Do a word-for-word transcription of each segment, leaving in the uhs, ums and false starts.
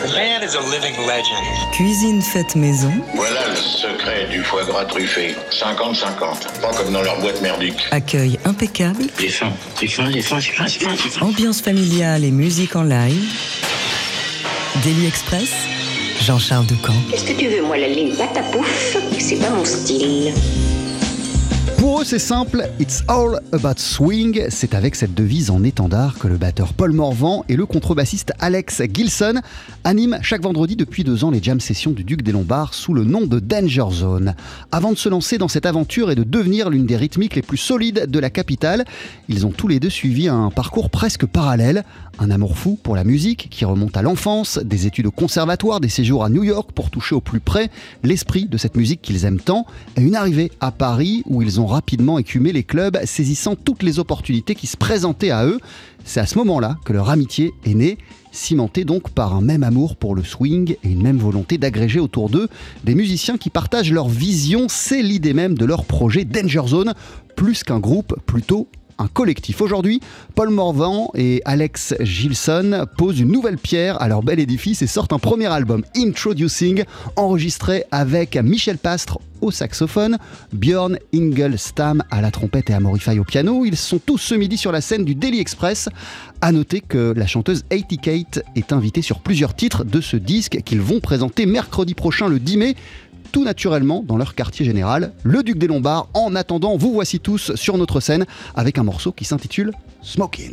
The man is a living legend. Cuisine faite maison. Voilà le secret du foie gras truffé. cinquante cinquante. Pas comme dans leur boîte merdique. Accueil impeccable. Les fins, les fins, les fins, c'est fin, c'est fin, c'est fin. Ambiance familiale et musique en live. Daily Express. Jean-Charles Doucan. Qu'est-ce que tu veux, moi, la ligne patapouf? C'est pas mon style. Pour eux, c'est simple, it's all about swing. C'est avec cette devise en étendard que le batteur Paul Morvan et le contrebassiste Alex Gilson animent chaque vendredi depuis deux ans les jam sessions du Duc des Lombards sous le nom de Danger Zone. Avant de se lancer dans cette aventure et de devenir l'une des rythmiques les plus solides de la capitale, ils ont tous les deux suivi un parcours presque parallèle. Un amour fou pour la musique qui remonte à l'enfance, des études au conservatoire, des séjours à New York pour toucher au plus près l'esprit de cette musique qu'ils aiment tant, et une arrivée à Paris où ils ont rapidement écumé les clubs, saisissant toutes les opportunités qui se présentaient à eux. C'est à ce moment-là que leur amitié est née, cimentée donc par un même amour pour le swing et une même volonté d'agréger autour d'eux des musiciens qui partagent leur vision. C'est l'idée même de leur projet Danger Zone, plus qu'un groupe, plutôt un collectif. Aujourd'hui, Paul Morvan et Alex Gilson posent une nouvelle pierre à leur bel édifice et sortent un premier album, Introducing, enregistré avec Michel Pastre au saxophone, Björn Ingelstam à la trompette et Amaury Faye au piano. Ils sont tous ce midi sur la scène du Daily Express. À noter que la chanteuse Haiti Kate est invitée sur plusieurs titres de ce disque qu'ils vont présenter mercredi prochain, le dix mai, tout naturellement dans leur quartier général, le Duc des Lombards. En attendant, vous voici tous sur notre scène avec un morceau qui s'intitule Smokin'.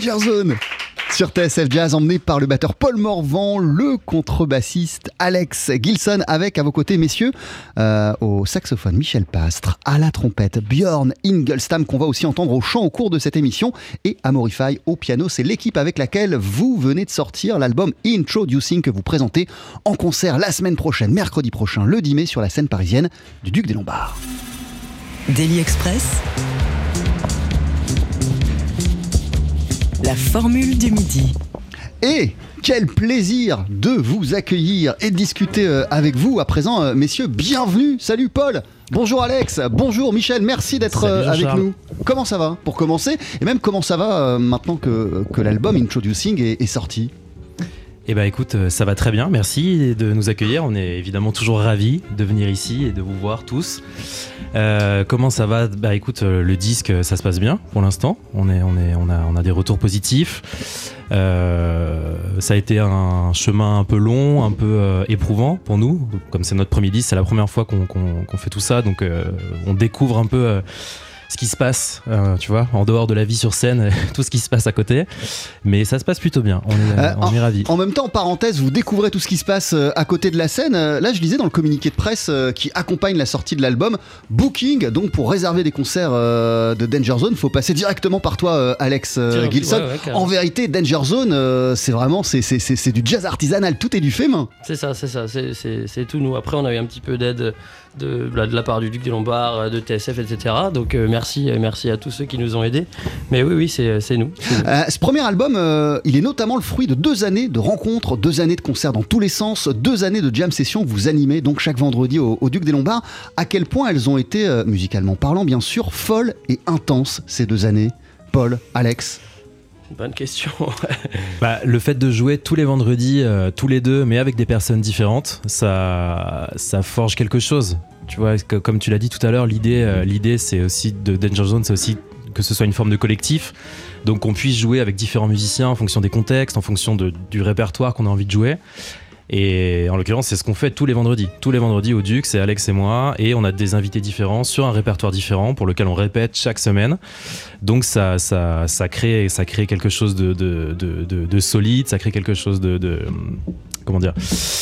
Danger Zone sur T S F Jazz, emmené par le batteur Paul Morvan, le contrebassiste Alex Gilson, avec à vos côtés, messieurs, euh, au saxophone Michel Pastre, à la trompette Björn Ingelstam, qu'on va aussi entendre au chant au cours de cette émission, et Amorify au piano. C'est l'équipe avec laquelle vous venez de sortir l'album Introducing, que vous présentez en concert la semaine prochaine, mercredi prochain, le dix mai, sur la scène parisienne du Duc des Lombards. Daily Express, la formule du midi. Et quel plaisir de vous accueillir et de discuter avec vous. À présent, messieurs, bienvenue. Salut Paul. Bonjour Alex. Bonjour Michel. Merci d'être Salut avec Jean-Charles. nous. Comment ça va pour commencer? Et même comment ça va euh, maintenant que, que l'album Introducing est, est sorti? Eh ben écoute, ça va très bien, merci de nous accueillir. On est évidemment toujours ravis de venir ici et de vous voir tous. Euh, comment ça va? Bah écoute, le disque, ça se passe bien pour l'instant. On, est, on, est, on, a, on a des retours positifs. Euh, ça a été un chemin un peu long, un peu euh, éprouvant pour nous. Comme c'est notre premier disque, c'est la première fois qu'on, qu'on, qu'on fait tout ça. Donc euh, on découvre un peu... Euh, ce qui se passe, euh, tu vois, en dehors de la vie sur scène, tout ce qui se passe à côté. Mais ça se passe plutôt bien, on est, Euh, on en, est ravis. En même temps, en parenthèse, vous découvrez tout ce qui se passe euh, à côté de la scène. Euh, là, je lisais dans le communiqué de presse euh, qui accompagne la sortie de l'album, Booking, donc pour réserver des concerts euh, de Danger Zone, faut passer directement par toi, euh, Alex euh, Tiens, Gilson. ouais, ouais, carrément. En vérité, Danger Zone, euh, c'est vraiment c'est, c'est, c'est, c'est du jazz artisanal, tout est du fait main. C'est ça, c'est ça, c'est, c'est, c'est tout nous. Après, on a eu un petit peu d'aide de, de, la, de la part du Duc des Lombards, de T S F, et cetera. Donc euh, merci, euh, merci à tous ceux qui nous ont aidés. Mais oui, oui, c'est, c'est nous. C'est nous. Euh, ce premier album, euh, il est notamment le fruit de deux années de rencontres, deux années de concerts dans tous les sens, deux années de jam sessions que vous animez donc chaque vendredi au, au Duc des Lombards. À quel point elles ont été, euh, musicalement parlant bien sûr, folles et intenses ces deux années? Paul, Alex? Bonne question. Bah, le fait de jouer tous les vendredis, euh, tous les deux, mais avec des personnes différentes, ça, ça forge quelque chose. Tu vois, que, comme tu l'as dit tout à l'heure, l'idée, euh, l'idée c'est aussi de Danger Zone, c'est aussi que ce soit une forme de collectif, donc qu'on puisse jouer avec différents musiciens en fonction des contextes, en fonction de, du répertoire qu'on a envie de jouer. Et en l'occurrence, c'est ce qu'on fait tous les vendredis. Tous les vendredis au Duc, c'est Alex et moi, et on a des invités différents sur un répertoire différent pour lequel on répète chaque semaine. Donc ça, ça, ça, crée, ça crée quelque chose de, de, de, de, de solide, ça crée quelque chose de, de... Comment dire ?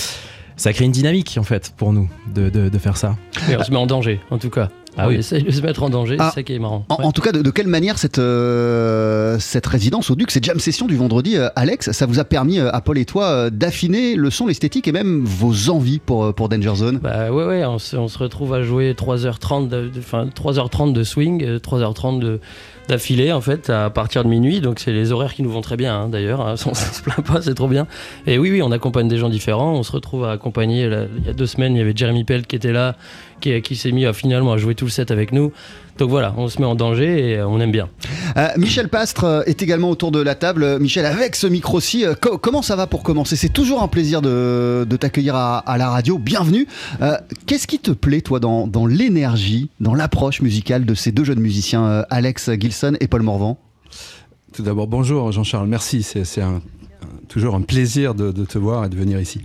Ça crée une dynamique en fait pour nous de, de, de faire ça. Et on se met en danger, en tout cas. Ah on oui. essaye de se mettre en danger, Ah. c'est ça qui est marrant. En, Ouais. en tout cas, de, de quelle manière cette, euh, cette résidence au Duc, ces jam sessions du vendredi, euh, Alex, ça vous a permis euh, à Paul et toi euh, d'affiner le son, l'esthétique et même vos envies pour, euh, pour Danger Zone? Bah ouais, ouais, on se, on se retrouve à jouer trois heures trente de, de, enfin, trois heures trente de swing, euh, trois heures trente de, d'affilée en fait, à partir de minuit. Donc c'est les horaires qui nous vont très bien hein, d'ailleurs, hein, on se plaint pas, c'est trop bien. Et oui, oui, on accompagne des gens différents, on se retrouve à accompagner, là, il y a deux semaines, il y avait Jeremy Pelt qui était là, qui, qui s'est mis à, finalement à jouer tout le set avec nous. Donc voilà, on se met en danger et on aime bien. Euh, Michel Pastre euh, est également autour de la table. Euh, Michel, avec ce micro-ci, euh, co- comment ça va pour commencer? C'est toujours un plaisir de, de t'accueillir à, à la radio. Bienvenue. Euh, qu'est-ce qui te plaît, toi, dans, dans l'énergie, dans l'approche musicale de ces deux jeunes musiciens, euh, Alex Gilson et Paul Morvan? Tout d'abord, bonjour Jean-Charles, merci. C'est, c'est un, un- toujours un plaisir de, de te voir et de venir ici.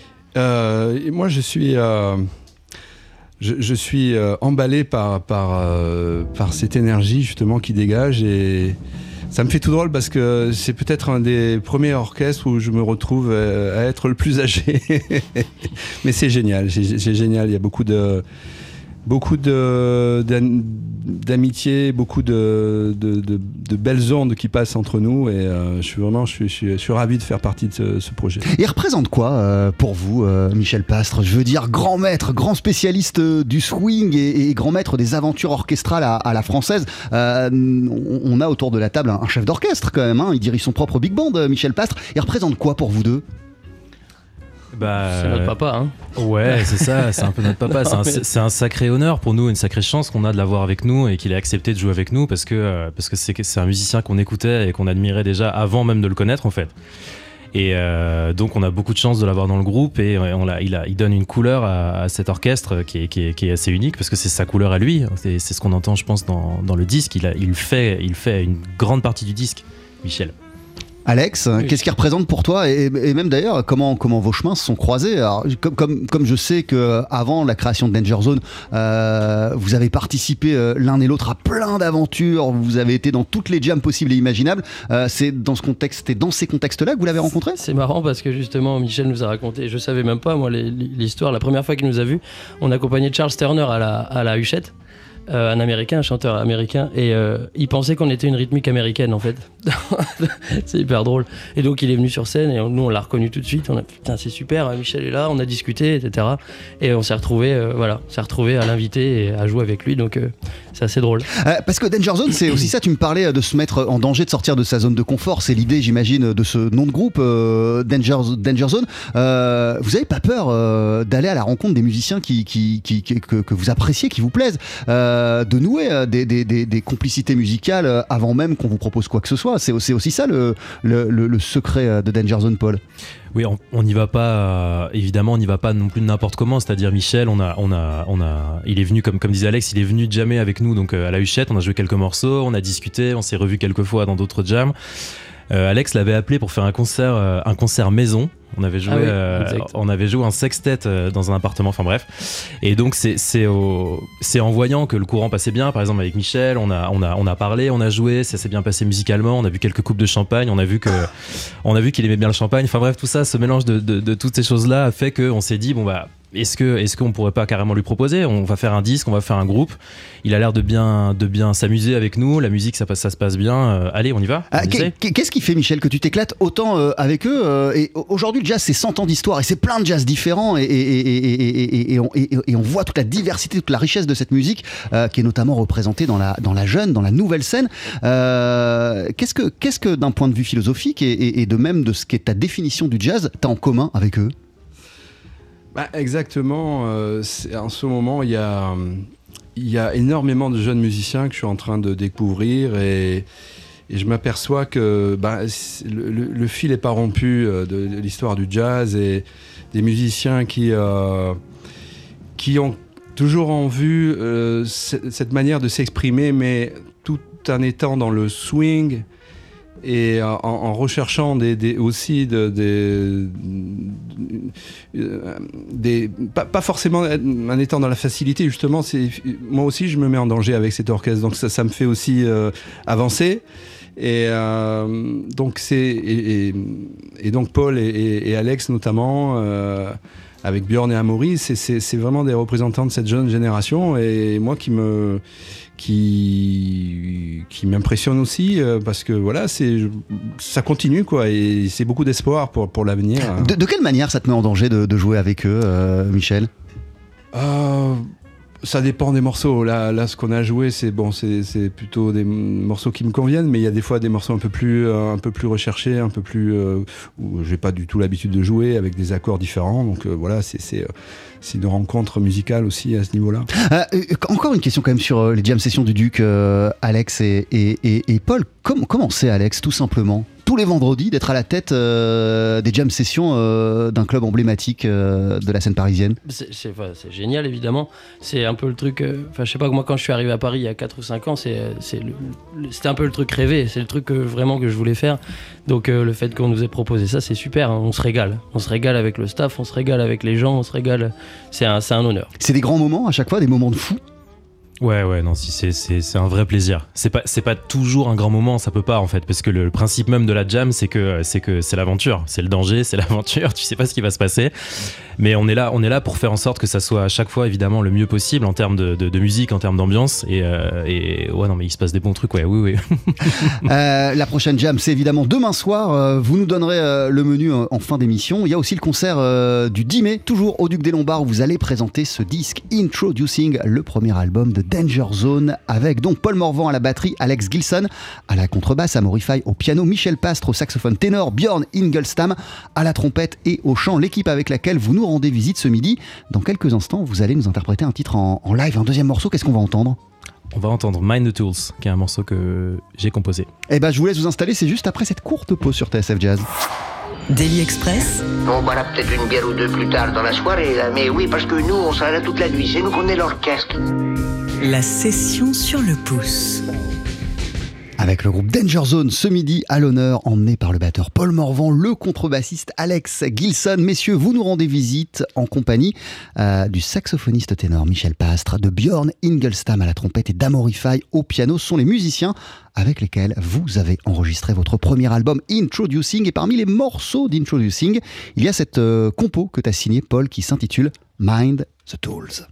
Euh, et moi, je suis, euh, je, je suis euh, emballé par, par, euh, par cette énergie justement qui dégage et ça me fait tout drôle parce que c'est peut-être un des premiers orchestres où je me retrouve euh, à être le plus âgé. Mais c'est génial, c'est, c'est génial. Il y a beaucoup de... Beaucoup de, d'am- d'amitié, beaucoup de, de, de, de belles ondes qui passent entre nous et euh, je suis vraiment je suis, je suis, je suis ravi de faire partie de ce, ce projet. Il représente quoi euh, pour vous, euh, Michel Pastre? Je veux dire, grand maître, grand spécialiste euh, du swing et, et grand maître des aventures orchestrales à, à la française. Euh, on, on a autour de la table un, un chef d'orchestre quand même, hein. Il dirige son propre big band, euh, Michel Pastre. Il représente quoi pour vous deux? Bah, C'est notre papa, hein. Ouais, c'est ça, c'est un peu notre papa. C'est un, c'est un sacré honneur pour nous, une sacrée chance qu'on a de l'avoir avec nous et qu'il ait accepté de jouer avec nous parce que euh, parce que c'est, c'est un musicien qu'on écoutait et qu'on admirait déjà avant même de le connaître en fait. Et euh, donc on a beaucoup de chance de l'avoir dans le groupe et on l'a, il, a, il donne une couleur à, à cet orchestre qui est, qui, est, qui est assez unique parce que c'est sa couleur à lui. C'est, c'est ce qu'on entend, je pense, dans, dans le disque. Il, a, il, fait, il fait une grande partie du disque, Michel. Alex, Oui. qu'est-ce qu'il représente pour toi et, et même d'ailleurs, comment, comment vos chemins se sont croisés? Alors, comme, comme, comme je sais qu'avant la création de Danger Zone, euh, vous avez participé euh, l'un et l'autre à plein d'aventures, vous avez été dans toutes les jams possibles et imaginables. Euh, c'est dans ce contexte, et dans ces contextes-là que vous l'avez rencontré? C'est marrant parce que justement Michel nous a raconté, je savais même pas moi les- l'histoire, la première fois qu'il nous a vus, on accompagnait Charles Turner à la, à la Huchette. Euh, un américain, un chanteur américain, et euh, il pensait qu'on était une rythmique américaine en fait. C'est hyper drôle. Et donc il est venu sur scène et on- nous on l'a reconnu tout de suite. On a putain c'est super, Michel est là, on a discuté, et cetera. Et on s'est retrouvé, euh, voilà, on s'est retrouvé à l'inviter et à jouer avec lui. Donc euh, c'est assez drôle. Euh, parce que Danger Zone, c'est aussi ça, tu me parlais de se mettre en danger, de sortir de sa zone de confort. C'est l'idée, j'imagine, de ce nom de groupe, euh, Danger, Danger Zone. Euh, vous n'avez pas peur euh, d'aller à la rencontre des musiciens qui, qui, qui, qui- que, que vous appréciez, qui vous plaisent, euh, de nouer euh, des, des, des, des complicités musicales euh, avant même qu'on vous propose quoi que ce soit. C'est aussi, aussi ça le, le, le, le secret euh, de Danger Zone, Paul. Oui, on n'y va pas, euh, évidemment, on n'y va pas non plus de n'importe comment. C'est-à-dire, Michel, on a, on a, on a, il est venu, comme, comme disait Alex, il est venu jammer avec nous donc, euh, à la Huchette. On a joué quelques morceaux, on a discuté, on s'est revu quelques fois dans d'autres jams. Euh, Alex l'avait appelé pour faire un concert, euh, un concert maison. On avait joué, Ah oui, euh, exact. on avait joué un sextet euh, dans un appartement. Enfin bref. Et donc c'est, c'est, au, c'est en voyant que le courant passait bien. Par exemple avec Michel, on a, on a, on a parlé, on a joué, ça s'est bien passé musicalement. On a bu quelques coupes de champagne. On a vu que, on a vu qu'il aimait bien le champagne. Enfin bref, tout ça, ce mélange de, de, de toutes ces choses-là a fait qu'on s'est dit bon bah. Est-ce que, est-ce qu'on pourrait pas carrément lui proposer? On va faire un disque, on va faire un groupe. Il a l'air de bien, de bien s'amuser avec nous. La musique, ça, passe- ça se passe bien. Euh, allez, on y va. Ah, on qu'est- essaie. qu'est- Qu'est-ce qui fait, Michel, que tu t'éclates autant euh, avec eux euh, et aujourd'hui, le jazz, c'est cent ans d'histoire et c'est plein de jazz différents et, et, et, et, et, et on, et- et on voit toute la diversité, toute la richesse de cette musique euh, qui est notamment représentée dans la, dans la jeune, dans la nouvelle scène. Euh, qu'est-ce que, qu'est-ce que d'un point de vue philosophique et, et- et de même de ce qui est ta définition du jazz, t'as en commun avec eux? Bah, exactement. euh, c'est- en ce moment, il y a, il y a énormément de jeunes musiciens que je suis en train de découvrir et, et je m'aperçois que bah, c'est- le, le- le fil n'est pas rompu euh, de, de l'histoire du jazz et des musiciens qui, euh, qui ont toujours en vue euh, c- cette manière de s'exprimer, mais tout en étant dans le swing et en, en recherchant des, des- aussi de, des, euh, des pas, pas forcément en étant dans la facilité justement. C'est, moi aussi je me mets en danger avec cet orchestre, donc ça, ça me fait aussi euh, avancer. Et euh, donc c'est et, et, et donc Paul et, et, et Alex notamment. Euh, avec Björn et Amaury, c'est, c'est, c'est vraiment des représentants de cette jeune génération et moi qui me qui qui m'impressionne aussi euh, parce que voilà, c'est ça continue quoi et c'est beaucoup d'espoir pour pour l'avenir. De, de quelle manière ça te met en danger de, de jouer avec eux, euh, Michel? Euh, ça dépend des morceaux. Là, là, ce qu'on a joué, c'est bon, c'est, c'est plutôt des morceaux qui me conviennent, mais il y a des fois des morceaux un peu plus, euh, un peu plus recherchés, un peu plus euh, où j'ai pas du tout l'habitude de jouer avec des accords différents. Donc euh, voilà, c'est, c'est, c'est une rencontre musicale aussi à ce niveau-là. Euh, euh, encore une question quand même sur euh, les jam sessions du Duc, euh, Alex et, et, et, et Paul. Com- comment c'est, Alex, tout simplement, tous les vendredis, d'être à la tête euh, des jam sessions euh, d'un club emblématique euh, de la scène parisienne? C'est, c'est, enfin, c'est génial évidemment. C'est un peu le truc. euh, Enfin, je sais pas, moi quand je suis arrivé à Paris il y a quatre ou cinq ans, c'est, c'est le- le- c'était un peu le truc rêvé. C'est le truc que, vraiment que je voulais faire. Donc euh, le fait qu'on nous ait proposé ça, c'est super. Hein, on se régale. On se régale avec le staff, on se régale avec les gens, on se régale. C'est un, c'est un honneur. C'est des grands moments à chaque fois, des moments de fou. Ouais, ouais, non, si c'est, c'est, c'est un vrai plaisir. C'est pas, c'est pas toujours un grand moment, ça peut pas en fait, parce que le, le principe même de la jam, c'est que, c'est que c'est l'aventure, c'est le danger, c'est l'aventure. Tu sais pas ce qui va se passer, mais on est là, on est là pour faire en sorte que ça soit à chaque fois évidemment le mieux possible en termes de, de, de musique, en termes d'ambiance, et, euh, et ouais, non, mais il se passe des bons trucs, ouais, oui, oui. Euh, la prochaine jam, c'est évidemment demain soir. Euh, vous nous donnerez euh, le menu euh, en fin d'émission. Il y a aussi le concert euh, du dix mai, toujours au Duc des Lombards, où vous allez présenter ce disque Introducing, le premier album de Danger Zone, avec donc Paul Morvan à la batterie, Alex Gilson à la contrebasse, Amaury Faye au piano, Michel Pastre au saxophone ténor, Björn Ingelstam à la trompette et au chant. L'équipe avec laquelle vous nous rendez visite ce midi. Dans quelques instants, vous allez nous interpréter un titre en, en live, un deuxième morceau. Qu'est-ce qu'on va entendre? On va entendre Mind the Tools, qui est un morceau que j'ai composé. Eh ben, je vous laisse vous installer. C'est juste après cette courte pause sur T S F Jazz. Daily Express, On boira peut-être une bière ou deux plus tard dans la soirée, là, mais oui, parce que nous, on sera là toute la nuit. C'est nous qu'on est l'orchestre. la session sur le pouce. Avec le groupe Danger Zone ce midi à l'honneur, emmené par le batteur Paul Morvan, le contrebassiste Alex Gilson. Messieurs, vous nous rendez visite en compagnie euh, du saxophoniste ténor Michel Pastre, de Björn Ingelstam à la trompette et d'Amaury Fay au piano. Ce sont les musiciens avec lesquels vous avez enregistré votre premier album Introducing. Et parmi les morceaux d'Introducing, il y a cette euh, compo que tu as signée, Paul, qui s'intitule Mind the Tools.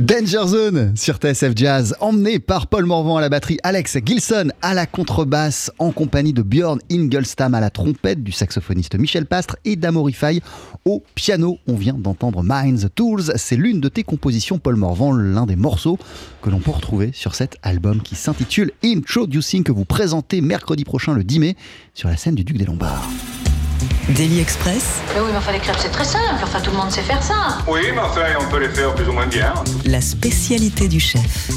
Danger Zone sur T S F Jazz, emmené par Paul Morvan à la batterie, Alex Gilson à la contrebasse, en compagnie de Björn Ingelstam à la trompette, du saxophoniste Michel Pastre et d'Amaury Faye au piano. On vient d'entendre Minds Tools, c'est l'une de tes compositions, Paul Morvan, l'un des morceaux que l'on peut retrouver sur cet album qui s'intitule Introducing, que vous présentez mercredi prochain le dix mai sur la scène du Duc des Lombards. Daily Express. Mais oui, mais enfin, les crêpes, c'est très simple. Enfin, tout le monde sait faire ça. Oui, mais enfin, on peut les faire plus ou moins bien. La spécialité du chef.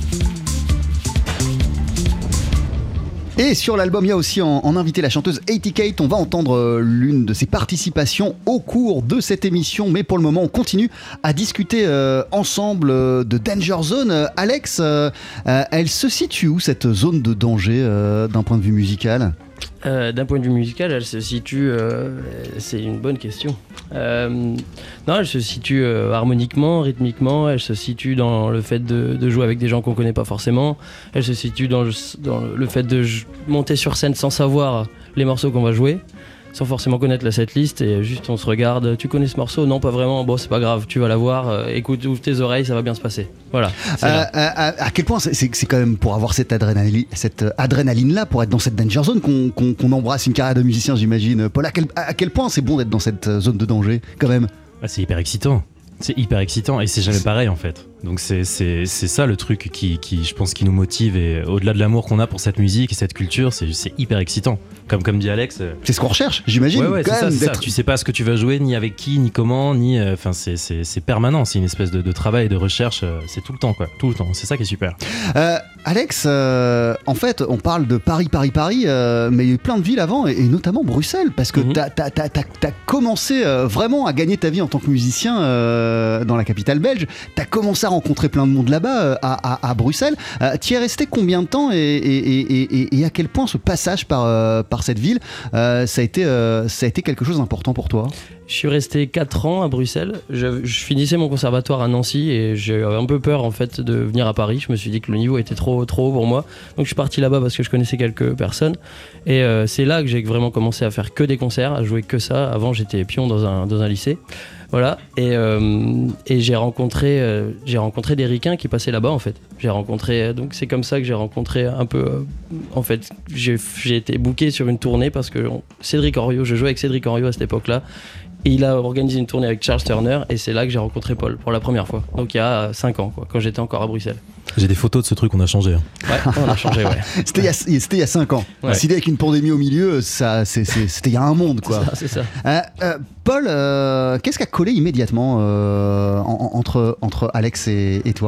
Et sur l'album, il y a aussi en, en invité la chanteuse eighty Kate. On va entendre euh, l'une de ses participations au cours de cette émission. Mais pour le moment, on continue à discuter euh, ensemble euh, de Danger Zone. Euh, Alex, euh, euh, elle se situe où, cette zone de danger euh, d'un point de vue musical ? Euh, d'un point de vue musical, elle se situe. Euh, c'est une bonne question. Euh, non, elle se situe euh, harmoniquement, rythmiquement. Elle se situe dans le fait de, de jouer avec des gens qu'on connaît pas forcément. Elle se situe dans le, dans le fait de j- monter sur scène sans savoir les morceaux qu'on va jouer, sans forcément connaître la setlist, et juste on se regarde. Tu connais ce morceau ? Non, pas vraiment. Bon, c'est pas grave. Tu vas la voir. Euh, écoute, ouvre tes oreilles, ça va bien se passer. Voilà. Euh, à, à quel point c'est, c'est, c'est quand même pour avoir cette adrénaline, cette adrénaline là, pour être dans cette Danger Zone, qu'on, qu'on, qu'on embrasse une carrière de musicien, j'imagine. Paul, à quel, à quel point c'est bon d'être dans cette zone de danger, quand même ? Ah, c'est hyper excitant. C'est hyper excitant et c'est jamais pareil en fait. Donc c'est, c'est, c'est ça le truc qui, qui, je pense, qui nous motive, et au-delà de l'amour qu'on a pour cette musique et cette culture, c'est, c'est hyper excitant. Comme, comme dit Alex. C'est ce qu'on recherche, j'imagine. Ouais, ouais, quand c'est même, ça, c'est d'être... ça. Tu sais pas ce que tu vas jouer, ni avec qui, ni comment, ni. Enfin, euh, c'est, c'est, c'est permanent. C'est une espèce de, de travail, de recherche. Euh, c'est tout le temps, quoi. Tout le temps. C'est ça qui est super. Euh, Alex, euh, en fait, on parle de Paris, Paris, Paris, euh, mais il y a eu plein de villes avant, et, et notamment Bruxelles, parce que mm-hmm. t'as, t'as, t'as, t'as, t'as commencé euh, vraiment à gagner ta vie en tant que musicien euh, dans la capitale belge. T'as commencé à rencontrer plein de monde là-bas, euh, à, à, à Bruxelles. Euh, t'y es resté combien de temps, et, et, et, et, et à quel point ce passage par, euh, par cette ville, euh, ça, a été, euh, ça a été quelque chose d'important pour toi ? Je suis resté quatre ans à Bruxelles. Je, je finissais mon conservatoire à Nancy et j'ai un peu peur en fait de venir à Paris. Je me suis dit que le niveau était trop, trop haut pour moi. Donc je suis parti là-bas parce que je connaissais quelques personnes. Et euh, c'est là que j'ai vraiment commencé à faire que des concerts, à jouer que ça. Avant, j'étais pion dans un, dans un lycée. Voilà. Et, euh, et j'ai rencontré, euh, j'ai rencontré des ricains qui passaient là-bas en fait. J'ai rencontré, donc c'est comme ça que j'ai rencontré un peu. Euh, en fait, j'ai, j'ai été booké sur une tournée parce que on, Cédric Henriot, je jouais avec Cédric Henriot à cette époque-là. Et il a organisé une tournée avec Charles Turner, et c'est là que j'ai rencontré Paul pour la première fois. Donc il y a cinq ans, quoi, quand j'étais encore à Bruxelles. J'ai des photos de ce truc, on a changé. Hein. Ouais, on a changé, ouais. C'était il y a, c'était il y a cinq ans. Ouais. C'était avec une pandémie au milieu, ça, c'est, c'est, c'était il y a un monde, quoi. C'est ça, c'est ça. Euh, euh, Paul, euh, qu'est-ce qui a collé immédiatement euh, en, entre, entre Alex et, et toi ?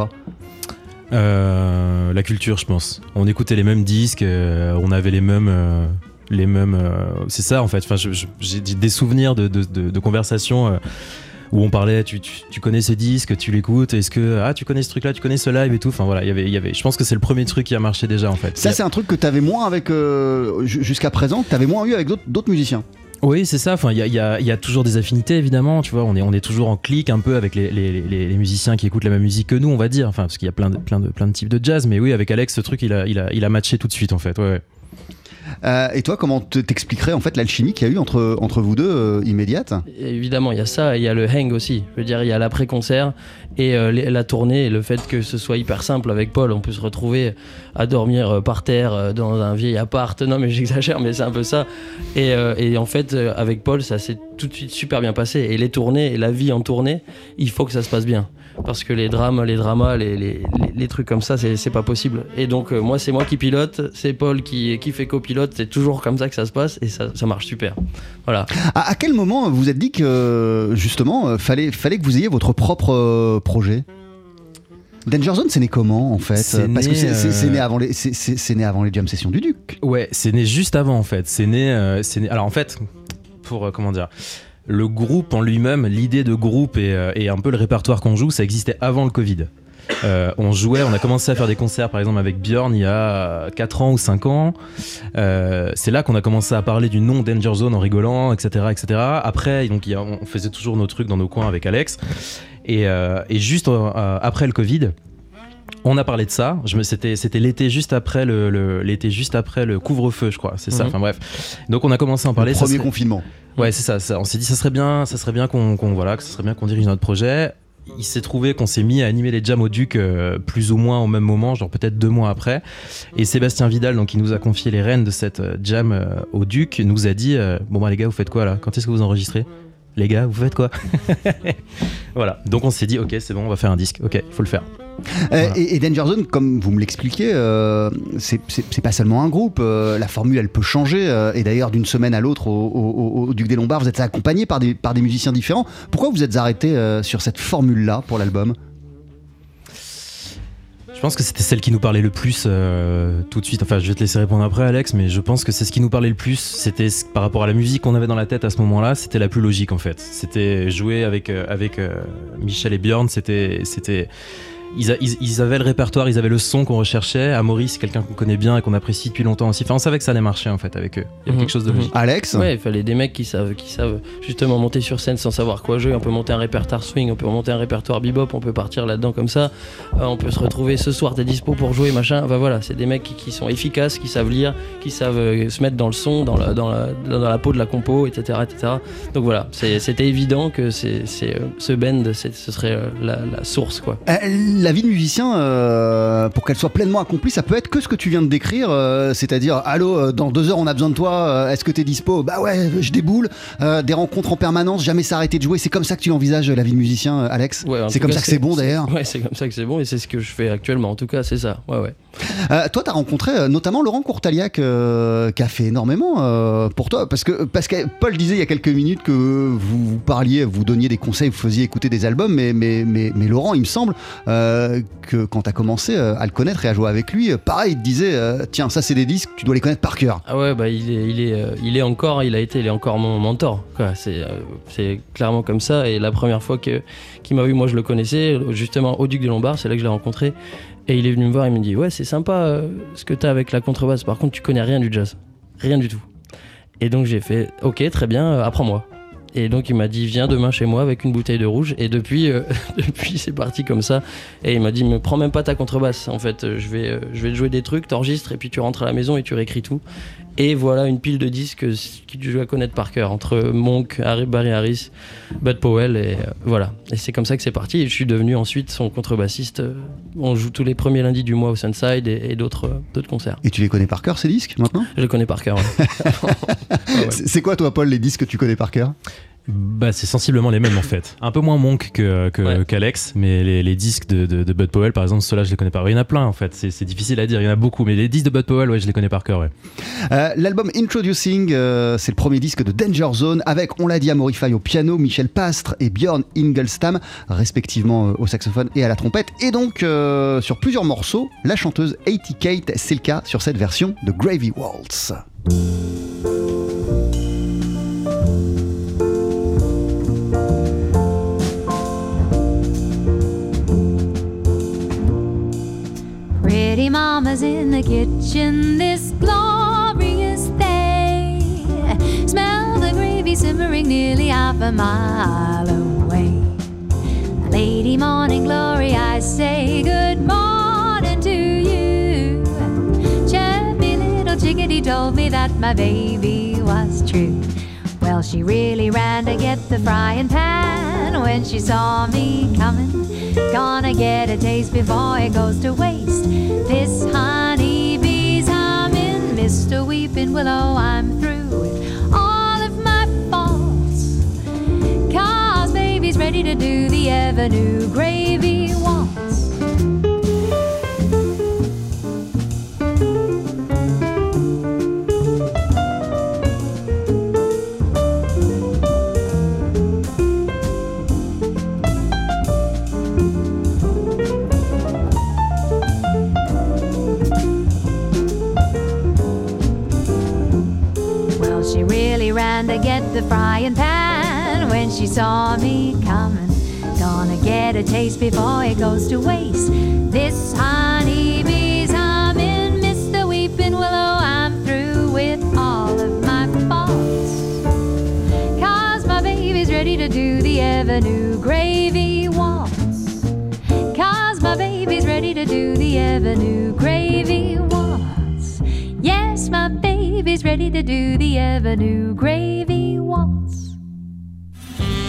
euh, La culture, je pense. On écoutait les mêmes disques, euh, on avait les mêmes... Euh... les mêmes euh, c'est ça en fait, enfin, je, je, j'ai des souvenirs de, de, de, de conversations euh, où on parlait, tu, tu, tu connais ce disque, tu l'écoutes, est-ce que ah tu connais ce truc là, tu connais ce live et tout, enfin voilà, il y avait, il y avait, je pense que c'est le premier truc qui a marché déjà en fait. Ça c'est un truc que t'avais moins avec euh, jusqu'à présent, que t'avais moins eu avec d'autres, d'autres musiciens. Oui, c'est ça. Enfin, il y a, y, a, y a toujours des affinités, évidemment. Tu vois, on est, on est toujours en clique un peu avec les, les, les, les musiciens qui écoutent la même musique que nous, on va dire. Enfin, parce qu'il y a plein de, plein de, plein de types de jazz. Mais oui, avec Alex, ce truc, il a, il a, il a matché tout de suite, en fait. Ouais, ouais. Euh, et toi, comment t'expliquerais en fait l'alchimie qu'il y a eu entre, entre vous deux euh, immédiate ? Évidemment, il y a ça, il y a le hang aussi. Je veux dire, il y a l'après-concert et euh, la tournée, et le fait que ce soit hyper simple avec Paul. On peut se retrouver à dormir par terre dans un vieil appart. Non, mais j'exagère, mais c'est un peu ça. Et, euh, et en fait, avec Paul, ça s'est tout de suite super bien passé. Et les tournées, et la vie en tournée, il faut que ça se passe bien. Parce que les drames, les dramas, les, les, les, les trucs comme ça, c'est, c'est pas possible. Et donc, euh, moi, c'est moi qui pilote, c'est Paul qui, qui fait copilote. C'est toujours comme ça que ça se passe et ça, ça marche super. Voilà. À, à quel moment vous vous êtes dit que, justement, euh, fallait, fallait que vous ayez votre propre euh, projet ? Danger Zone, c'est né comment en fait ? c'est Parce né, que c'est, c'est, c'est, euh... né avant les, c'est, c'est, c'est né avant les jam sessions du Duc. Ouais, c'est né juste avant en fait. C'est né, euh, c'est né... Alors en fait, pour euh, comment dire, le groupe en lui-même, l'idée de groupe et, euh, et un peu le répertoire qu'on joue, ça existait avant le Covid. Euh, on jouait, on a commencé à faire des concerts par exemple avec Björn il y a quatre ans ou cinq ans. Euh, c'est là qu'on a commencé à parler du nom Danger Zone en rigolant, et cetera, et cetera. Après, donc, il y a, on faisait toujours nos trucs dans nos coins avec Alex. Et, euh, et juste euh, après le Covid, on a parlé de ça. Je me, c'était, c'était l'été juste après le, le, l'été juste après le couvre-feu, je crois. C'est ça. Enfin mm-hmm. bref. Donc on a commencé à en parler. Le premier serait... confinement. Ouais, c'est ça, ça. On s'est dit, ça serait bien, ça serait bien qu'on, qu'on voilà, que ça serait bien qu'on dirige notre projet. il s'est trouvé qu'on s'est mis à animer les jams au Duc euh, plus ou moins au même moment, genre peut-être deux mois après. Et Sébastien Vidal, donc, qui nous a confié les rênes de cette euh, jam euh, au Duc, nous a dit euh, bon bah les gars, vous faites quoi là? Quand est-ce que vous enregistrez? Les gars, vous faites quoi? Voilà, donc on s'est dit ok, c'est bon, on va faire un disque, ok, il faut le faire. Euh, Voilà. et, et Danger Zone, comme vous me l'expliquez, euh, c'est, c'est, c'est pas seulement un groupe, euh, la formule elle peut changer, euh, et d'ailleurs d'une semaine à l'autre au, au, au, au Duc des Lombards, vous êtes accompagné par des, par des musiciens différents. Pourquoi vous êtes arrêté euh, sur cette formule-là pour l'album? Je pense que c'était celle qui nous parlait le plus euh, tout de suite. Enfin, je vais te laisser répondre après, Alex, mais je pense que c'est ce qui nous parlait le plus. C'était par rapport à la musique qu'on avait dans la tête à ce moment-là, c'était la plus logique en fait. C'était jouer avec euh, avec euh, Michel et Björn. C'était c'était Ils, a, ils, ils avaient le répertoire, ils avaient le son qu'on recherchait. Amaury, c'est quelqu'un qu'on connaît bien et qu'on apprécie depuis longtemps aussi. Enfin, on savait que ça allait marcher en fait avec eux. Il y avait Mmh. quelque chose de logique. Alex? Ouais, il fallait des mecs qui savent, qui savent justement monter sur scène sans savoir quoi jouer. On peut monter un répertoire swing, on peut monter un répertoire bebop, on peut partir là-dedans comme ça. Euh, on peut se retrouver ce soir, t'es dispo pour jouer, machin. Enfin voilà, c'est des mecs qui, qui sont efficaces, qui savent lire, qui savent euh, se mettre dans le son, dans la, dans la, dans la peau de la compo, et cetera, et cetera. Donc voilà, c'est, c'était évident que c'est, c'est, euh, ce band, c'est, ce serait euh, la, la source quoi. Euh, la vie de musicien, euh, pour qu'elle soit pleinement accomplie, ça peut être que ce que tu viens de décrire, euh, c'est-à-dire allô, euh, dans deux heures on a besoin de toi, euh, est-ce que t'es dispo? Bah ouais, je déboule. Euh, des rencontres en permanence, jamais s'arrêter de jouer. C'est comme ça que tu envisages la vie de musicien, euh, Alex? Ouais, en c'est tout comme cas, ça que c'est bon d'ailleurs. Ouais, c'est comme ça que c'est bon et c'est ce que je fais actuellement. En tout cas, c'est ça. Ouais, ouais. Euh, toi, t'as rencontré euh, notamment Laurent Courtaliac, euh, qui a fait énormément euh, pour toi, parce que, parce que Paul disait il y a quelques minutes que vous, vous parliez, vous donniez des conseils, vous faisiez écouter des albums, mais, mais, mais, mais Laurent, il me semble euh, que quand t'as commencé euh, à le connaître et à jouer avec lui, euh, pareil, il te disait euh, tiens, ça c'est des disques, tu dois les connaître par cœur. Ah ouais, bah il est, il est, euh, il est encore, il a été, il est encore mon mentor. Quoi. C'est, euh, c'est clairement comme ça. Et la première fois que, qu'il m'a vu, moi je le connaissais, justement au Duc des Lombards, c'est là que je l'ai rencontré. Et il est venu me voir, il me dit ouais, c'est sympa euh, ce que t'as avec la contrebasse. Par contre, tu connais rien du jazz, rien du tout. Et donc j'ai fait ok, très bien, euh, apprends-moi. Et donc il m'a dit viens demain chez moi avec une bouteille de rouge. Et depuis, euh, depuis c'est parti comme ça. Et il m'a dit me prends même pas ta contrebasse. En fait, euh, je vais, euh, je vais te jouer des trucs, t'enregistres et puis tu rentres à la maison et tu réécris tout. Et voilà une pile de disques que tu dois connaître par cœur entre Monk, Harry, Barry Harris, Bud Powell et euh, voilà. Et c'est comme ça que c'est parti. Et je suis devenu ensuite son contrebassiste. On joue tous les premiers lundis du mois au Sunside et, et d'autres, euh, d'autres concerts. Et tu les connais par cœur ces disques maintenant? Je les connais par cœur. Ouais. Ouais, ouais. C'est quoi toi, Paul, les disques que tu connais par cœur? Bah, c'est sensiblement les mêmes en fait. Un peu moins Monk que, que, Ouais. qu'Alex, mais les, les disques de, de, de Bud Powell par exemple, ceux-là je les connais pas. Il y en a plein en fait, c'est, c'est difficile à dire, il y en a beaucoup, mais les disques de Bud Powell, ouais, je les connais par cœur. Ouais. Euh, l'album Introducing, euh, c'est le premier disque de Danger Zone avec, on l'a dit, Amaury Faye au piano, Michel Pastre et Björn Ingelstam, respectivement euh, au saxophone et à la trompette. Et donc, euh, sur plusieurs morceaux, la chanteuse Haiti Kate, c'est le cas sur cette version de Gravy Waltz. Pretty mama's in the kitchen this glorious day. Smell the gravy simmering nearly half a mile away. Lady morning glory, I say good morning to you. Chirpy little chickadee told me that my baby was true. Well, she really ran to get the frying pan when she saw me coming. Gonna get a taste before it goes to waste. This honeybee's humming, Mister Weeping Willow, I'm through with all of my faults. 'Cause baby's ready to do the ever-new gravy waltz. She really ran to get the frying pan when she saw me coming. Gonna get a taste before it goes to waste. This honeybee's humming, Mister Weeping Willow, I'm through with all of my faults. 'Cause my baby's ready to do the ever-new gravy waltz. 'Cause my baby's ready to do the ever-new gravy waltz. Yes, my baby's ready to do the ever-new gravy waltz. Daily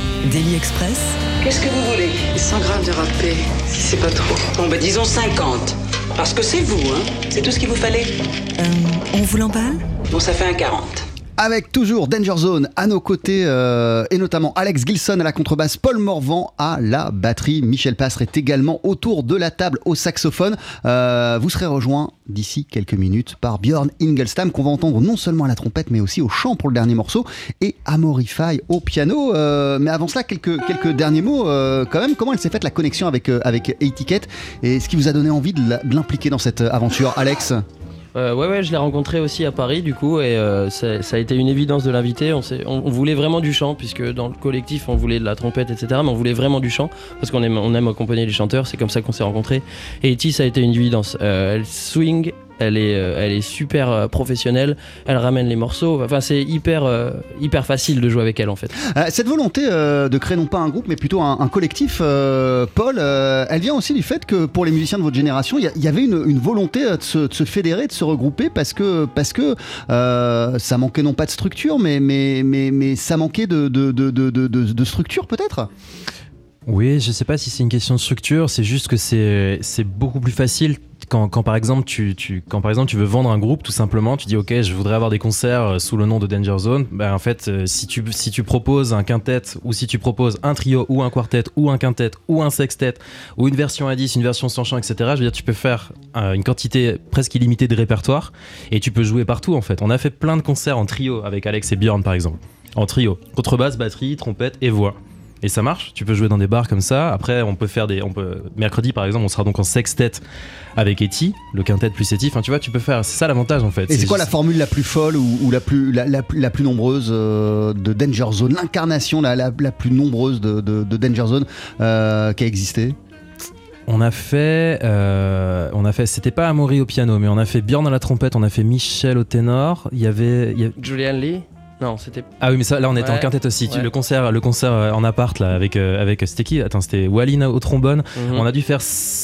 Daily Express. Qu'est-ce que vous voulez? cent grammes de râpé, si c'est pas trop. Bon, bah disons cinquante. Parce que c'est vous, hein. C'est tout ce qu'il vous fallait. Euh, on vous l'emballe? Bon, ça fait un quarante. Avec toujours Danger Zone à nos côtés euh, et notamment Alex Gilson à la contrebasse, Paul Morvan à la batterie. Michel Pastre est également autour de la table au saxophone. Euh, vous serez rejoint d'ici quelques minutes par Björn Ingelstam qu'on va entendre non seulement à la trompette mais aussi au chant pour le dernier morceau et Amorify au piano. Euh, mais avant cela, quelques, quelques derniers mots euh, quand même. Comment elle s'est faite la connexion avec, euh, avec A-Ticket et ce qui vous a donné envie de, la, de l'impliquer dans cette aventure, Alex? Euh, ouais, ouais, je l'ai rencontré aussi à Paris, du coup, et euh, ça, ça a été une évidence de l'inviter. On, s'est, on, on voulait vraiment du chant, puisque dans le collectif, on voulait de la trompette, et cetera. Mais on voulait vraiment du chant, parce qu'on aime, on aime accompagner les chanteurs. C'est comme ça qu'on s'est rencontrés. Et Eti, ça a été une évidence. Euh, elle swing, elle est, euh, elle est super euh, professionnelle. Elle ramène les morceaux. Enfin, c'est hyper, euh, hyper facile de jouer avec elle, en fait. Euh, cette volonté euh, de créer non pas un groupe, mais plutôt un, un collectif, euh, Paul, euh, elle vient aussi du fait que pour les musiciens de votre génération, il y, y avait une, une volonté de se, de se fédérer, de se regrouper, parce que, parce que euh, ça manquait non pas de structure, mais, mais, mais, mais ça manquait de, de, de, de, de, de structure peut-être. Oui, je sais pas si c'est une question de structure, c'est juste que c'est, c'est beaucoup plus facile quand, quand, par exemple, tu, tu, quand par exemple tu veux vendre un groupe, tout simplement, tu dis ok, je voudrais avoir des concerts sous le nom de Danger Zone. Ben, en fait, si tu, si tu proposes un quintet ou si tu proposes un trio ou un quartet ou un quintet ou un sextet ou une version à dix, une version sans chant, et cetera, je veux dire, tu peux faire euh, une quantité presque illimitée de répertoire et tu peux jouer partout en fait. On a fait plein de concerts en trio avec Alex et Björn par exemple. En trio, contrebasse, batterie, trompette et voix. Et ça marche, tu peux jouer dans des bars comme ça. Après, on peut faire des. On peut, mercredi, par exemple, on sera donc en sextet avec Eti, le quintet plus Eti. Enfin, tu vois, tu peux faire. C'est ça l'avantage en fait. Et c'est, c'est quoi juste... la formule la plus folle ou, ou la, plus, la, la, la plus nombreuse euh, de Danger Zone, l'incarnation la, la, la plus nombreuse de, de, de Danger Zone euh, qui a existé? On a fait, euh, on a fait, c'était pas Amaury au piano, mais on a fait Björn à la trompette, on a fait Michel au ténor. Il y avait, il y avait... Julian Lee. Non, c'était. Ah oui, mais ça, là, on était ouais. en quintette aussi. Ouais. Le concert, le concert en appart là, avec, euh, avec, c'était qui? Attends, c'était Walline au trombone. Mm-hmm. On a dû faire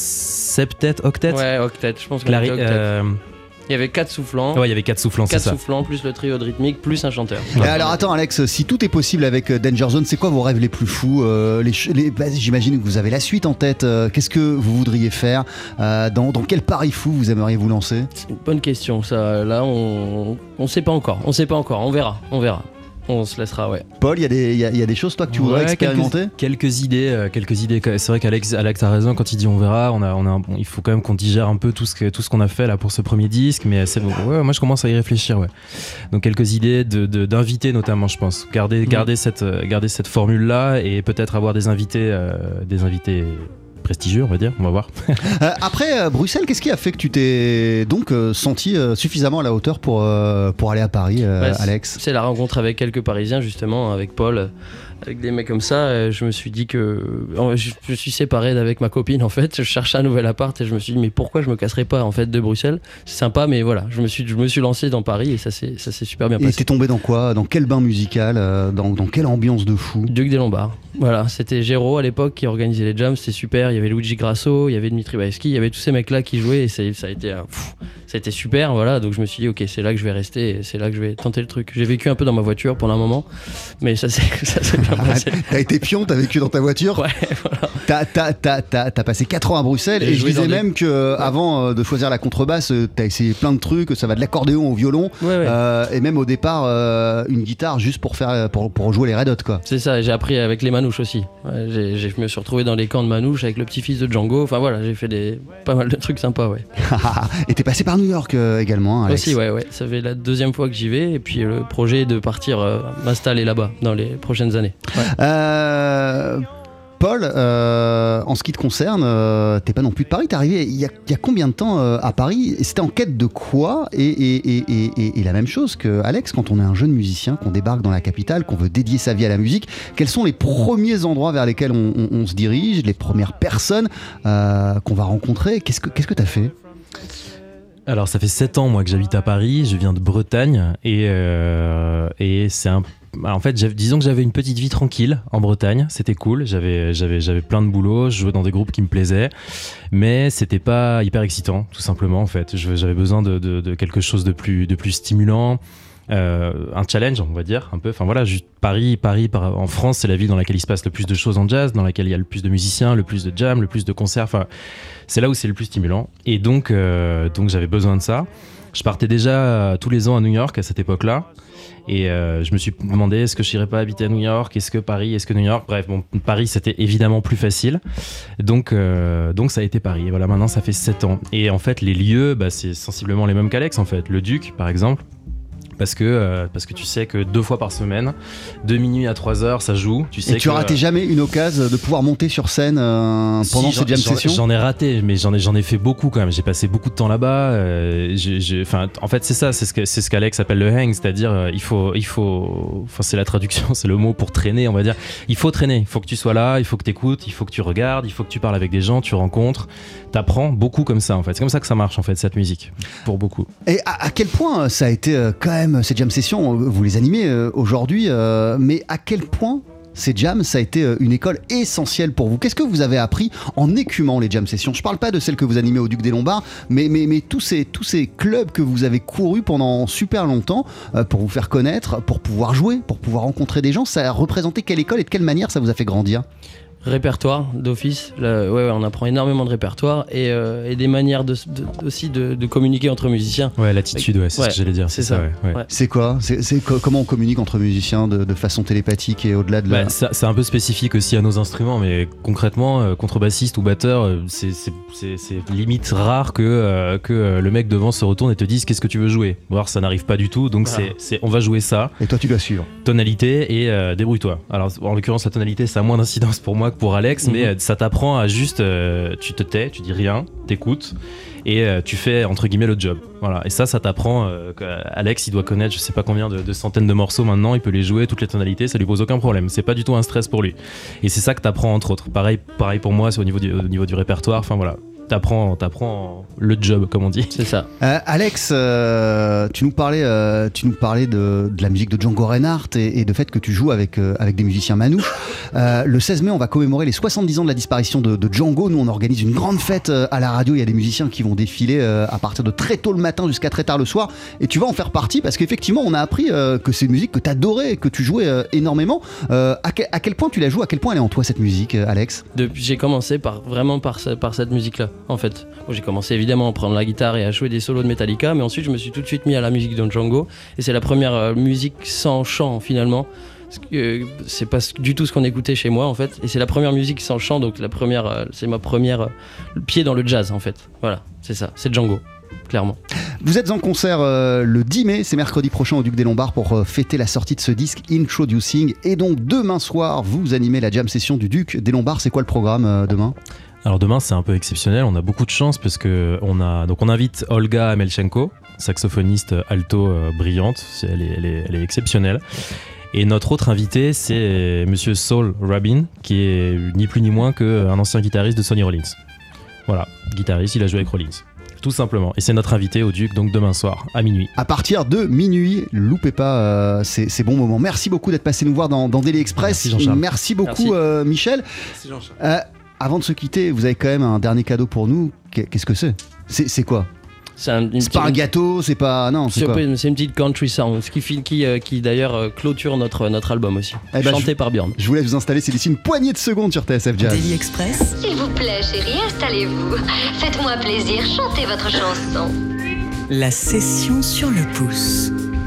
septet, octet. Ouais, octet. Je pense que Clari- euh... il y avait quatre soufflants. Ouais, il y avait quatre soufflants. Quatre c'est soufflants ça. Plus le trio de rythmique plus un chanteur. Ouais. Alors attends, Alex, si tout est possible avec Danger Zone, c'est quoi vos rêves les plus fous? euh, les, les, bah, J'imagine que vous avez la suite en tête. Euh, qu'est-ce que vous voudriez faire? euh, dans, dans quel pari fou vous aimeriez vous lancer? C'est une bonne question. Ça, là, on, on sait pas encore. On sait pas encore. On verra. On verra. On se laissera, ouais. Paul, il y, y, y a des choses, toi, que tu ouais, voudrais expérimenter? quelques, quelques idées, euh, quelques idées. C'est vrai qu'Alex Alex a raison quand il dit on verra. On a, on a un, bon, il faut quand même qu'on digère un peu tout ce, que, tout ce qu'on a fait là pour ce premier disque. Mais c'est, ouais, moi, je commence à y réfléchir, ouais. Donc, quelques idées de, de, d'invités, notamment, je pense. Garder, mmh. garder, cette, garder cette formule-là et peut-être avoir des invités, euh, des invités prestigieux, on va dire, on va voir. euh, après euh, Bruxelles, qu'est-ce qui a fait que tu t'es donc euh, senti euh, suffisamment à la hauteur pour, euh, pour aller à Paris, euh, bah, Alex? C'est la rencontre avec quelques Parisiens, justement, avec Paul, avec des mecs comme ça. Je me suis dit que je me suis séparé d'avec ma copine, en fait. Je cherchais un nouvel appart et je me suis dit mais pourquoi je me casserais pas en fait de Bruxelles? C'est sympa, mais voilà, je me suis je me suis lancé dans Paris et ça s'est ça s'est super bien passé. Et t'es tombé dans quoi? Dans quel bain musical? dans, dans quelle ambiance de fou? Duc des Lombards. Voilà, c'était Géraud à l'époque qui organisait les jams, c'était super. Il y avait Luigi Grasso, il y avait Dmitri Baevski, il y avait tous ces mecs là qui jouaient et ça, ça a été euh, pff, ça a été super, voilà. Donc je me suis dit ok, c'est là que je vais rester, et c'est là que je vais tenter le truc. J'ai vécu un peu dans ma voiture pendant un moment, mais ça s'est ça s'est bien passé. T'as été pion, t'as vécu dans ta voiture. Ouais, voilà. T'as, t'as, t'as, t'as, t'as passé quatre ans à Bruxelles et, et je disais même des... que euh, ouais. avant euh, de choisir la contrebasse, euh, t'as essayé plein de trucs, ça va de l'accordéon au violon, ouais, ouais. Euh, et même au départ euh, une guitare juste pour faire pour, pour jouer les Red Hot quoi. C'est ça, et j'ai appris avec les manouches aussi. Ouais, j'ai, j'ai, je me suis retrouvé dans les camps de manouches avec le petit-fils de Django. Enfin voilà, j'ai fait des pas mal de trucs sympas, ouais. Et t'es passé par New York euh, également, hein, Alex. Aussi, ouais, ouais. Ça fait la deuxième fois que j'y vais, et puis le projet est de partir euh, m'installer là-bas dans les prochaines années. Ouais. Euh... Paul, euh, en ce qui te concerne, euh, t'es pas non plus de Paris, t'es arrivé il y a, il y a combien de temps euh, à Paris? Et c'était en quête de quoi? et, et, et, et, et la même chose que Alex, quand on est un jeune musicien, qu'on débarque dans la capitale, qu'on veut dédier sa vie à la musique, quels sont les premiers endroits vers lesquels on, on, on se dirige, les premières personnes euh, qu'on va rencontrer? Qu'est-ce que, qu'est-ce que t'as fait? Alors ça fait sept ans moi que j'habite à Paris, je viens de Bretagne et, euh, et c'est un en fait, disons que j'avais une petite vie tranquille en Bretagne, c'était cool, j'avais, j'avais, j'avais plein de boulot, je jouais dans des groupes qui me plaisaient, mais c'était pas hyper excitant, tout simplement en fait. Je, j'avais besoin de, de, de quelque chose de plus, de plus stimulant. Euh, un challenge, on va dire, un peu. Enfin voilà, juste Paris, Paris, par, en France, c'est la ville dans laquelle il se passe le plus de choses en jazz, dans laquelle il y a le plus de musiciens, le plus de jam, le plus de concerts. Enfin, c'est là où c'est le plus stimulant. Et donc, euh, donc j'avais besoin de ça. Je partais déjà euh, tous les ans à New York à cette époque-là. Et euh, je me suis demandé, est-ce que je n'irais pas habiter à New York ? Est-ce que Paris ? Est-ce que New York ? Bref, bon, Paris, c'était évidemment plus facile. Donc, euh, donc ça a été Paris. Et voilà, maintenant, ça fait sept ans. Et en fait, les lieux, bah, c'est sensiblement les mêmes qu'Alex, en fait. Le Duc, par exemple. Parce que, euh, parce que tu sais que deux fois par semaine, de minuit à trois heures, ça joue. Tu sais et tu que, ratais jamais une occasion de pouvoir monter sur scène euh, pendant si, ces jam sessions ? J'en ai raté, mais j'en ai, j'en ai fait beaucoup quand même. J'ai passé beaucoup de temps là-bas. Euh, j'ai, j'ai, en fait, c'est ça, c'est ce, que, c'est ce qu'Alex appelle le hang, c'est-à-dire euh, il faut, il faut, enfin c'est la traduction, c'est le mot pour traîner, on va dire. Il faut traîner, il faut que tu sois là, il faut que tu écoutes, il faut que tu regardes, il faut que tu parles avec des gens, tu rencontres, t'apprends beaucoup comme ça en fait. C'est comme ça que ça marche en fait cette musique, pour beaucoup. Et à, à quel point ça a été euh, quand même ces jam sessions ? Vous les animez euh, aujourd'hui, euh, mais à quel point ces jams, ça a été euh, une école essentielle pour vous ? Qu'est-ce que vous avez appris en écumant les jam sessions ? Je parle pas de celles que vous animez au Duc des Lombards, mais, mais, mais tous, ces, tous ces clubs que vous avez courus pendant super longtemps euh, pour vous faire connaître, pour pouvoir jouer, pour pouvoir rencontrer des gens, ça a représenté quelle école et de quelle manière ça vous a fait grandir ? Répertoire d'office, là, ouais, ouais, on apprend énormément de répertoire et, euh, et des manières de, de, aussi de, de communiquer entre musiciens. Ouais, l'attitude, ouais, c'est ouais, ce que j'allais dire. C'est, c'est ça. ça ouais, ouais. C'est quoi c'est, c'est co- Comment on communique entre musiciens de, de façon télépathique et au-delà de la... Bah, ça, c'est un peu spécifique aussi à nos instruments, mais concrètement, euh, contrebassiste ou batteur, euh, c'est, c'est, c'est, c'est limite rare que, euh, que euh, le mec devant se retourne et te dise qu'est-ce que tu veux jouer. Voir, ça n'arrive pas du tout, donc voilà. c'est, c'est, on va jouer ça. Et toi, tu dois suivre. Tonalité et euh, débrouille-toi. Alors, en l'occurrence, la tonalité, ça a moins d'incidence pour moi que pour Alex, mm-hmm. mais ça t'apprend à juste, euh, tu te tais, tu dis rien, t'écoutes et euh, tu fais entre guillemets le job. Voilà. Et ça, ça t'apprend. Euh, Alex, il doit connaître, je sais pas combien de, de centaines de morceaux maintenant. Il peut les jouer toutes les tonalités, ça lui pose aucun problème. C'est pas du tout un stress pour lui. Et c'est ça que t'apprends entre autres. Pareil, pareil pour moi, c'est au niveau du, au niveau du répertoire. Enfin voilà. T'apprends, t'apprends le job, comme on dit. C'est ça. Euh, Alex, euh, tu nous parlais, euh, tu nous parlais de, de la musique de Django Reinhardt et, et de fait que tu joues avec, euh, avec des musiciens manouches. Euh, le seize mai, on va commémorer les soixante-dix ans de la disparition de, de Django. Nous, on organise une grande fête euh, à la radio. Il y a des musiciens qui vont défiler euh, à partir de très tôt le matin jusqu'à très tard le soir. Et tu vas en faire partie parce qu'effectivement, on a appris euh, que c'est une musique que tu adorais, que tu jouais euh, énormément. Euh, à, que, à quel point tu la joues ? À quel point elle est en toi, cette musique, euh, Alex ? Depuis, j'ai commencé par, vraiment par, par cette musique-là. En fait, bon, j'ai commencé évidemment à prendre la guitare et à jouer des solos de Metallica, mais ensuite je me suis tout de suite mis à la musique de Django, et c'est la première euh, musique sans chant finalement. Parce que, euh, c'est pas du tout ce qu'on écoutait chez moi en fait, et c'est la première musique sans chant, donc la première, euh, c'est ma première euh, pied dans le jazz en fait. Voilà, c'est ça, c'est Django. Clairement. Vous êtes en concert euh, le dix mai, c'est mercredi prochain au Duc des Lombards pour euh, fêter la sortie de ce disque Introducing, et donc demain soir vous animez la jam session du Duc des Lombards. C'est quoi le programme euh, demain ? Alors demain c'est un peu exceptionnel, on a beaucoup de chance parce que on a donc on invite Olga Amelchenko, saxophoniste alto euh, brillante, elle est, elle, est, elle est exceptionnelle. Et notre autre invité c'est Monsieur Saul Rabin, qui est ni plus ni moins qu'un ancien guitariste de Sonny Rollins. Voilà, guitariste, il a joué avec Rollins. Tout simplement. Et c'est notre invité au Duc, donc demain soir, à minuit. À partir de minuit, loupez pas euh, ces, ces bons moments. Merci beaucoup d'être passé nous voir dans, dans Daily Express. Merci Jean-Charles. Merci beaucoup Merci. Euh, Michel. Merci Jean-Charles. Euh, avant de se quitter, vous avez quand même un dernier cadeau pour nous. Qu'est-ce que c'est ? C'est, c'est quoi ? C'est, un, une c'est pas un gâteau, c'est pas... Non, c'est, c'est, quoi c'est une petite country song, ce qui, qui, euh, qui d'ailleurs euh, clôture notre, notre album aussi. Eh ben, chanté je, par Björn. Je vous laisse vous installer, c'est d'ici une poignée de secondes sur T S F Jazz. Daily Express. S'il vous plaît, chérie, installez-vous. Faites-moi plaisir, chantez votre chanson. La session sur le pouce.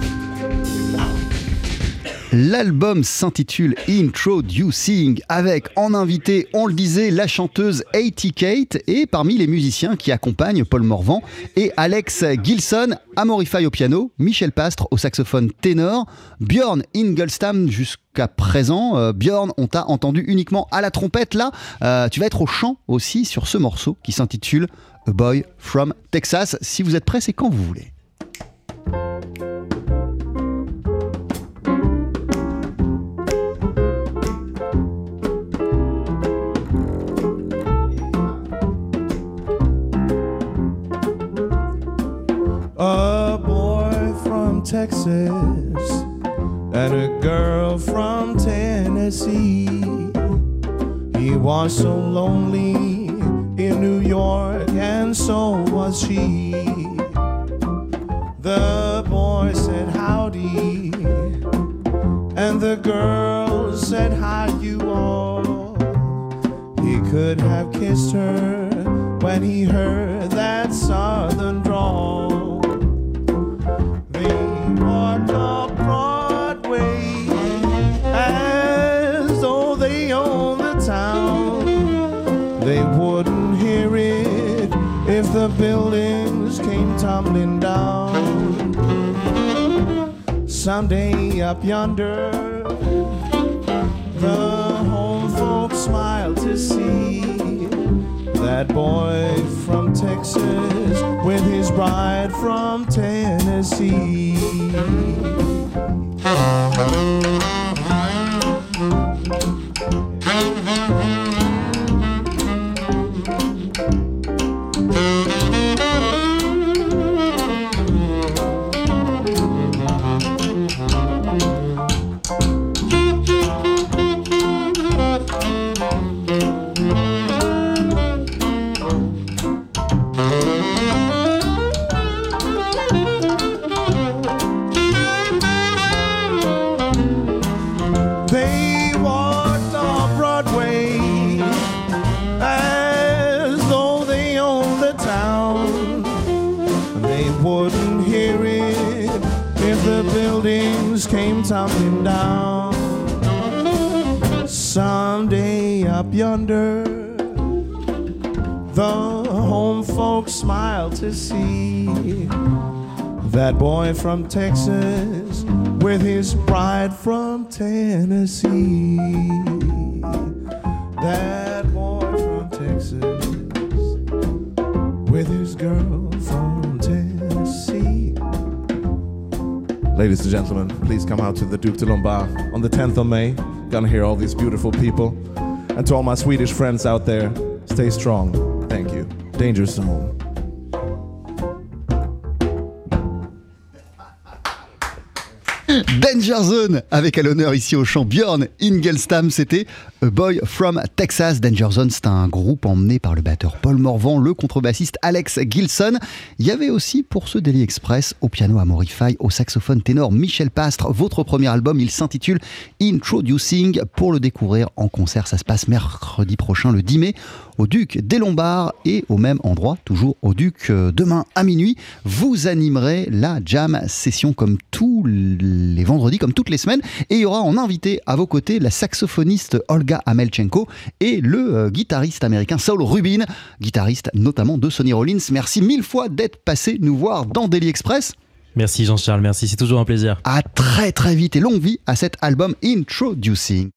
L'album s'intitule Introducing, avec en invité, on le disait, la chanteuse A T Kate, et parmi les musiciens qui accompagnent Paul Morvan et Alex Gilson, Amorify au piano, Michel Pastre au saxophone ténor, Björn Ingelstam jusqu'à présent. Euh, Björn, on t'a entendu uniquement à la trompette là, euh, tu vas être au chant aussi sur ce morceau qui s'intitule A Boy from Texas. Si vous êtes prêts, c'est quand vous voulez. A boy from Texas and a girl from Tennessee. He was so lonely in New York and so was she. The boy said howdy and the girl said how you are. He could have kissed her when he heard that southern drawl. They walked up Broadway as though they owned the town. They wouldn't hear it if the buildings came tumbling down. Someday up yonder, the home folks smile to see that boy from Texas with his bride from Tennessee. They walked off Broadway as though they owned the town. They wouldn't hear it if the buildings came tumbling down. Someday up yonder, the home folks smile to see that boy from Texas with his bride from Tennessee. That boy from Texas with his girl from Tennessee. Ladies and gentlemen, please come out to the Duc de Lombard on the tenth of May. Gonna hear all these beautiful people. And to all my Swedish friends out there, stay strong. Thank you. Danger Zone. Danger Zone, avec à l'honneur ici au chant Björn Ingelstam, c'était A Boy from Texas. Danger Zone, c'est un groupe emmené par le batteur Paul Morvan, le contrebassiste Alex Gilson. Il y avait aussi pour ce Daily Express au piano Amaury Faye, au saxophone ténor Michel Pastre. Votre premier album, il s'intitule Introducing. Pour le découvrir en concert, ça se passe mercredi prochain, le dix mai, au Duc des Lombards et au même endroit, toujours au Duc. Demain à minuit, vous animerez la Jam Session comme tous les vendredis, comme toutes les semaines, et il y aura en invité à vos côtés la saxophoniste Olga Amelchenko et le euh, guitariste américain Saul Rubin, guitariste notamment de Sonny Rollins. Merci mille fois d'être passé nous voir dans Daily Express. Merci Jean-Charles, merci, c'est toujours un plaisir. À très très vite et longue vie à cet album Introducing.